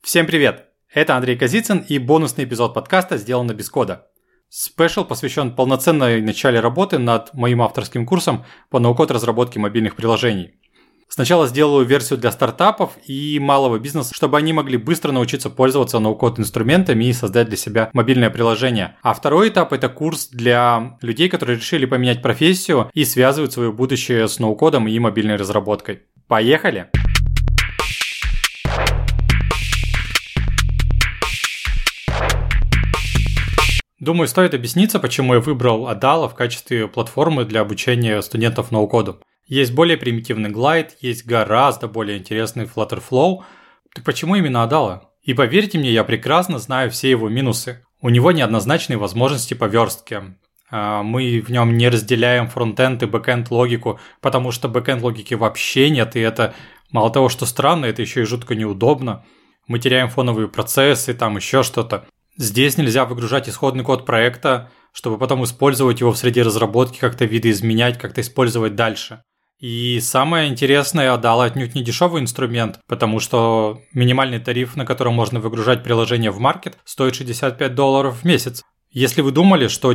Всем привет! Это Андрей Козицын и бонусный эпизод подкаста «Сделано без кода». Спешл посвящен полноценной начале работы над моим авторским курсом по ноу-код разработке мобильных приложений. Сначала сделаю версию для стартапов и малого бизнеса, чтобы они могли быстро научиться пользоваться ноу-код инструментами и создать для себя мобильное приложение. А второй этап – это курс для людей, которые решили поменять профессию и связывают свое будущее с ноу-кодом и мобильной разработкой. Поехали! Думаю, стоит объясниться, почему я выбрал Adala в качестве платформы для обучения студентов ноу-коду. Есть более примитивный Glide, есть гораздо более интересный Flutterflow. Так почему именно Adala? И поверьте мне, я прекрасно знаю все его минусы. У него неоднозначные возможности по верстке. Мы в нем не разделяем фронтенд и бэкенд логику, потому что бэкенд логики вообще нет, и это мало того, что странно, это еще и жутко неудобно. Мы теряем фоновые процессы, там еще что-то. Здесь нельзя выгружать исходный код проекта, чтобы потом использовать его в среде разработки, как-то видоизменять, как-то использовать дальше. И самое интересное, Adala отнюдь не дешевый инструмент, потому что минимальный тариф, на котором можно выгружать приложение в маркет, стоит $65 в месяц. Если вы думали, что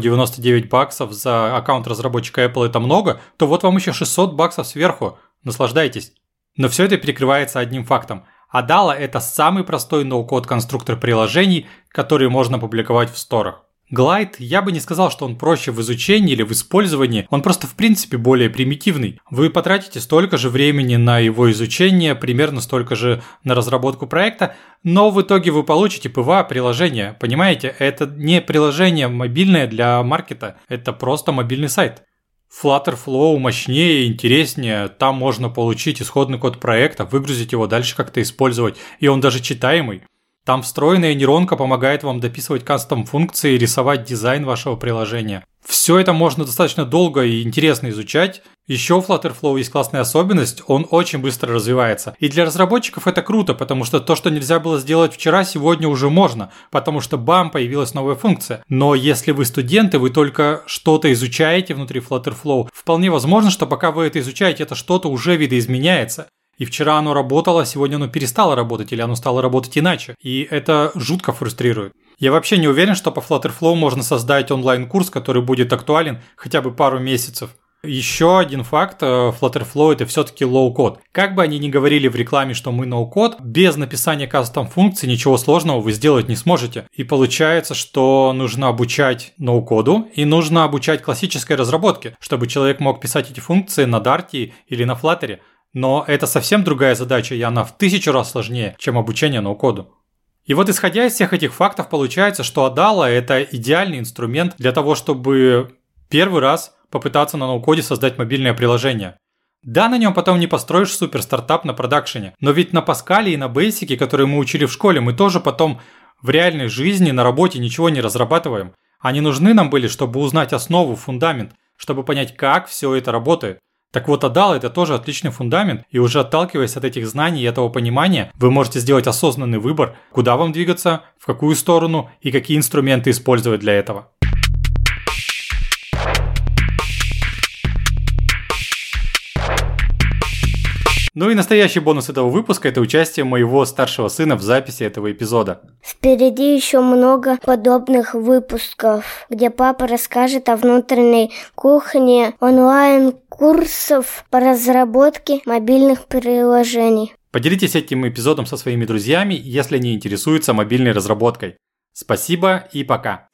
$99 за аккаунт разработчика Apple это много, то вот вам еще $600 сверху. Наслаждайтесь. Но все это перекрывается одним фактом. Adala – это самый простой ноу-код конструктор приложений, который можно публиковать в сторах. Glide, я бы не сказал, что он проще в изучении или в использовании, он просто в принципе более примитивный. Вы потратите столько же времени на его изучение, примерно столько же на разработку проекта, но в итоге вы получите ПВА-приложение. Понимаете, это не приложение мобильное для маркета, это просто мобильный сайт. Flutterflow мощнее и интереснее, там можно получить исходный код проекта, выгрузить его, дальше как-то использовать, и он даже читаемый. Там встроенная нейронка помогает вам дописывать кастом-функции и рисовать дизайн вашего приложения. Все это можно достаточно долго и интересно изучать. Еще у Flutterflow есть классная особенность, он очень быстро развивается. И для разработчиков это круто, потому что то, что нельзя было сделать вчера, сегодня уже можно, потому что бам, появилась новая функция. Но если вы студенты, вы только что-то изучаете внутри Flutterflow, вполне возможно, что пока вы это изучаете, это что-то уже видоизменяется. И вчера оно работало, сегодня оно перестало работать или оно стало работать иначе. И это жутко фрустрирует. Я вообще не уверен, что по Flutterflow можно создать онлайн-курс, который будет актуален хотя бы пару месяцев. Еще один факт, Flutterflow это все-таки low-code. Как бы они ни говорили в рекламе, что мы no-code, без написания кастом-функций ничего сложного вы сделать не сможете. И получается, что нужно обучать no-коду и нужно обучать классической разработке, чтобы человек мог писать эти функции на Dart или на Flutter. Но это совсем другая задача, и она в 1000 раз сложнее, чем обучение ноу-коду. И вот исходя из всех этих фактов, получается, что Adala – это идеальный инструмент для того, чтобы первый раз попытаться на ноу-коде создать мобильное приложение. Да, на нем потом не построишь супер-стартап на продакшене, но ведь на Pascal и на Basic, которые мы учили в школе, мы тоже потом в реальной жизни на работе ничего не разрабатываем. Они нужны нам были, чтобы узнать основу, фундамент, чтобы понять, как все это работает. Так вот, Adala – это тоже отличный фундамент, и уже отталкиваясь от этих знаний и этого понимания, вы можете сделать осознанный выбор, куда вам двигаться, в какую сторону и какие инструменты использовать для этого. Ну и настоящий бонус этого выпуска – это участие моего старшего сына в записи этого эпизода. Впереди еще много подобных выпусков, где папа расскажет о внутренней кухне онлайн-курсов по разработке мобильных приложений. Поделитесь этим эпизодом со своими друзьями, если они интересуются мобильной разработкой. Спасибо и пока!